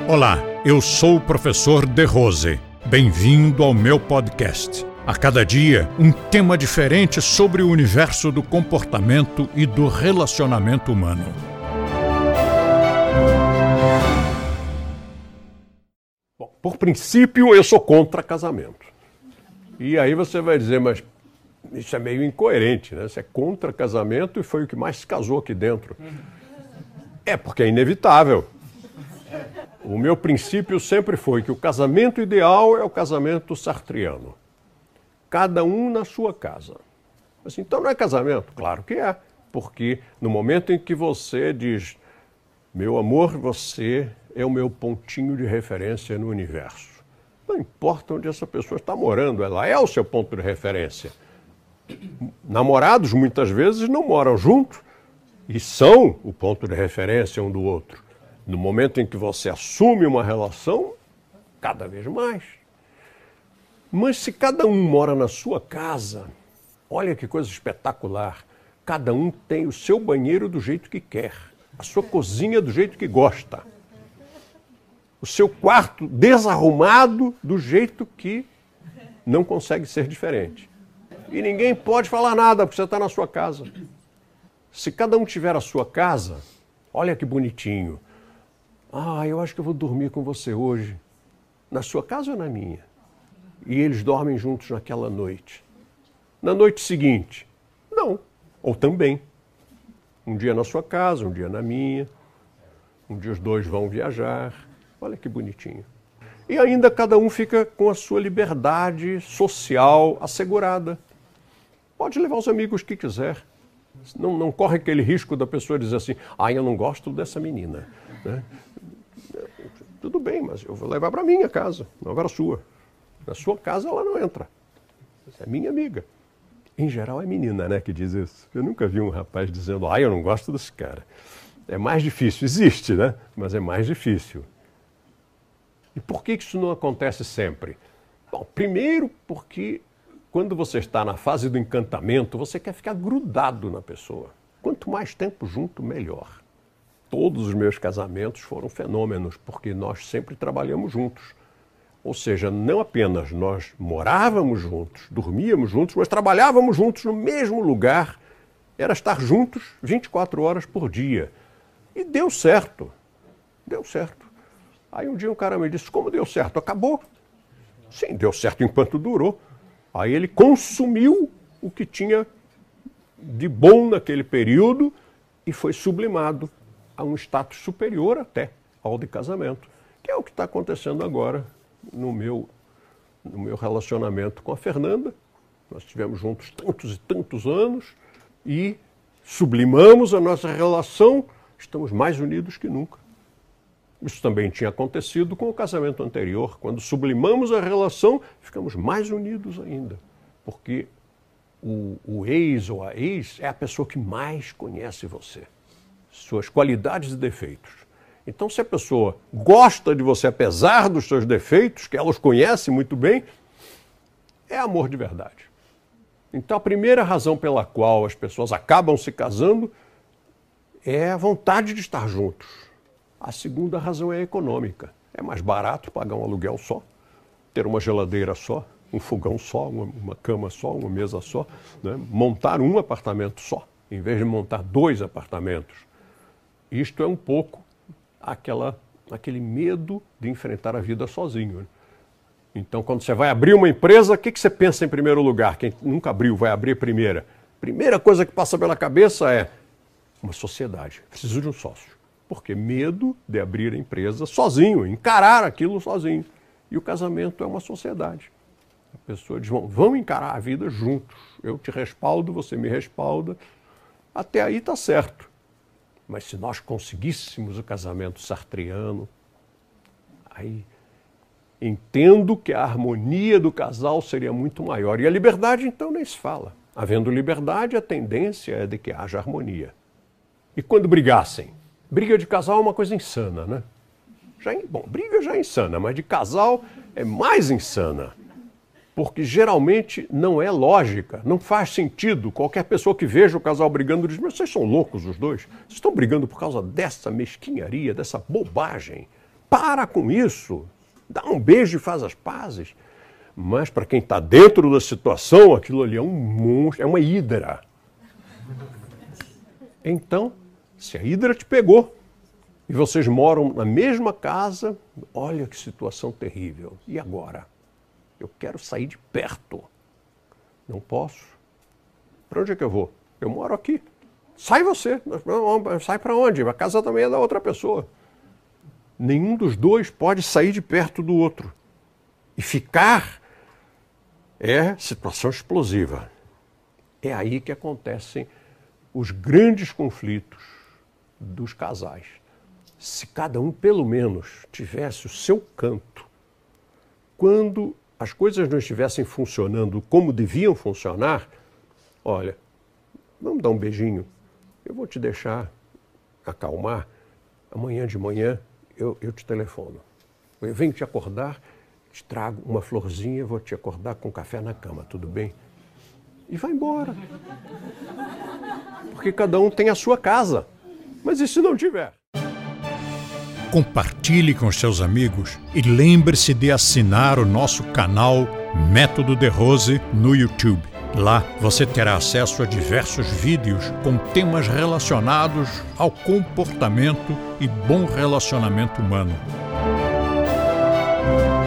Olá, eu sou o professor De Rose. Bem-vindo ao meu podcast. A cada dia, um tema diferente sobre o universo do comportamento e do relacionamento humano. Bom, por princípio, eu sou contra casamento. E aí você vai dizer, mas isso é meio incoerente, né? Você é contra casamento e foi o que mais se casou aqui dentro. É porque é inevitável. O meu princípio sempre foi que o casamento ideal é o casamento sartriano. Cada um na sua casa. Mas então não é casamento? Claro que é. Porque no momento em que você diz, meu amor, você é o meu pontinho de referência no universo. Não importa onde essa pessoa está morando, ela é o seu ponto de referência. Namorados muitas vezes não moram juntos e são o ponto de referência um do outro. No momento em que você assume uma relação, cada vez mais. Mas se cada um mora na sua casa, olha que coisa espetacular. Cada um tem o seu banheiro do jeito que quer, a sua cozinha do jeito que gosta, o seu quarto desarrumado do jeito que não consegue ser diferente. E ninguém pode falar nada porque você está na sua casa. Se cada um tiver a sua casa, olha que bonitinho. Ah, eu acho que eu vou dormir com você hoje. Na sua casa ou na minha? E eles dormem juntos naquela noite. Na noite seguinte? Não. Ou também. Um dia na sua casa, um dia na minha. Um dia os dois vão viajar. Olha que bonitinho. E ainda cada um fica com a sua liberdade social assegurada. Pode levar os amigos que quiser. Não corre aquele risco da pessoa dizer assim, eu não gosto dessa menina, né? Tudo bem, mas eu vou levar para minha casa, não para a sua. Na sua casa ela não entra. Essa é minha amiga. Em geral é menina, né, que diz isso. Eu nunca vi um rapaz dizendo, eu não gosto desse cara. É mais difícil, existe, né? Mas é mais difícil. E por que isso não acontece sempre? Bom, primeiro porque quando você está na fase do encantamento, você quer ficar grudado na pessoa. Quanto mais tempo junto, melhor. Todos os meus casamentos foram fenômenos, porque nós sempre trabalhamos juntos. Ou seja, não apenas nós morávamos juntos, dormíamos juntos, mas trabalhávamos juntos no mesmo lugar. Era estar juntos 24 horas por dia. E deu certo. Deu certo. Aí um dia um cara me disse, como deu certo? Acabou. Sim, deu certo enquanto durou. Aí ele consumiu o que tinha de bom naquele período e foi sublimado a um status superior até ao de casamento, que é o que está acontecendo agora no meu relacionamento com a Fernanda. Nós estivemos juntos tantos e tantos anos e sublimamos a nossa relação, estamos mais unidos que nunca. Isso também tinha acontecido com o casamento anterior. Quando sublimamos a relação, ficamos mais unidos ainda. Porque o ex ou a ex é a pessoa que mais conhece você. Suas qualidades e defeitos. Então, se a pessoa gosta de você, apesar dos seus defeitos, que ela os conhece muito bem, é amor de verdade. Então, a primeira razão pela qual as pessoas acabam se casando é a vontade de estar juntos. A segunda razão é econômica. É mais barato pagar um aluguel só, ter uma geladeira só, um fogão só, uma cama só, uma mesa só, né? Montar um apartamento só, em vez de montar 2 apartamentos. Isto é um pouco aquele medo de enfrentar a vida sozinho, né? Então, quando você vai abrir uma empresa, o que você pensa em primeiro lugar? Quem nunca abriu vai abrir primeira. Primeira coisa que passa pela cabeça é uma sociedade. Preciso de um sócio. Porque medo de abrir a empresa sozinho, encarar aquilo sozinho. E o casamento é uma sociedade. A pessoa diz, vamos encarar a vida juntos. Eu te respaldo, você me respalda. Até aí está certo. Mas se nós conseguíssemos o casamento sartriano, aí entendo que a harmonia do casal seria muito maior. E a liberdade, então, nem se fala. Havendo liberdade, a tendência é de que haja harmonia. E quando brigassem? Briga de casal é uma coisa insana, né? Briga já é insana, mas de casal é mais insana. Porque geralmente não é lógica, não faz sentido. Qualquer pessoa que veja o casal brigando diz, mas vocês são loucos os dois? Vocês estão brigando por causa dessa mesquinharia, dessa bobagem. para com isso, dá um beijo e faz as pazes. Mas para quem está dentro da situação, aquilo ali é um monstro, é uma hidra. Então, se a hidra te pegou e vocês moram na mesma casa, olha que situação terrível. E agora? Eu quero sair de perto. Não posso. Para onde é que eu vou? Eu moro aqui. Sai você. Sai para onde? A casa também é da outra pessoa. Nenhum dos dois pode sair de perto do outro. E ficar é situação explosiva. É aí que acontecem os grandes conflitos dos casais. Se cada um, pelo menos, tivesse o seu canto, quando as coisas não estivessem funcionando como deviam funcionar, olha, vamos dar um beijinho, eu vou te deixar acalmar, amanhã de manhã eu te telefono. Eu venho te acordar, te trago uma florzinha, vou te acordar com café na cama, tudo bem? E vai embora. Porque cada um tem a sua casa. Mas e se não tiver? Compartilhe com seus amigos e lembre-se de assinar o nosso canal Método de Rose no YouTube. Lá você terá acesso a diversos vídeos com temas relacionados ao comportamento e bom relacionamento humano.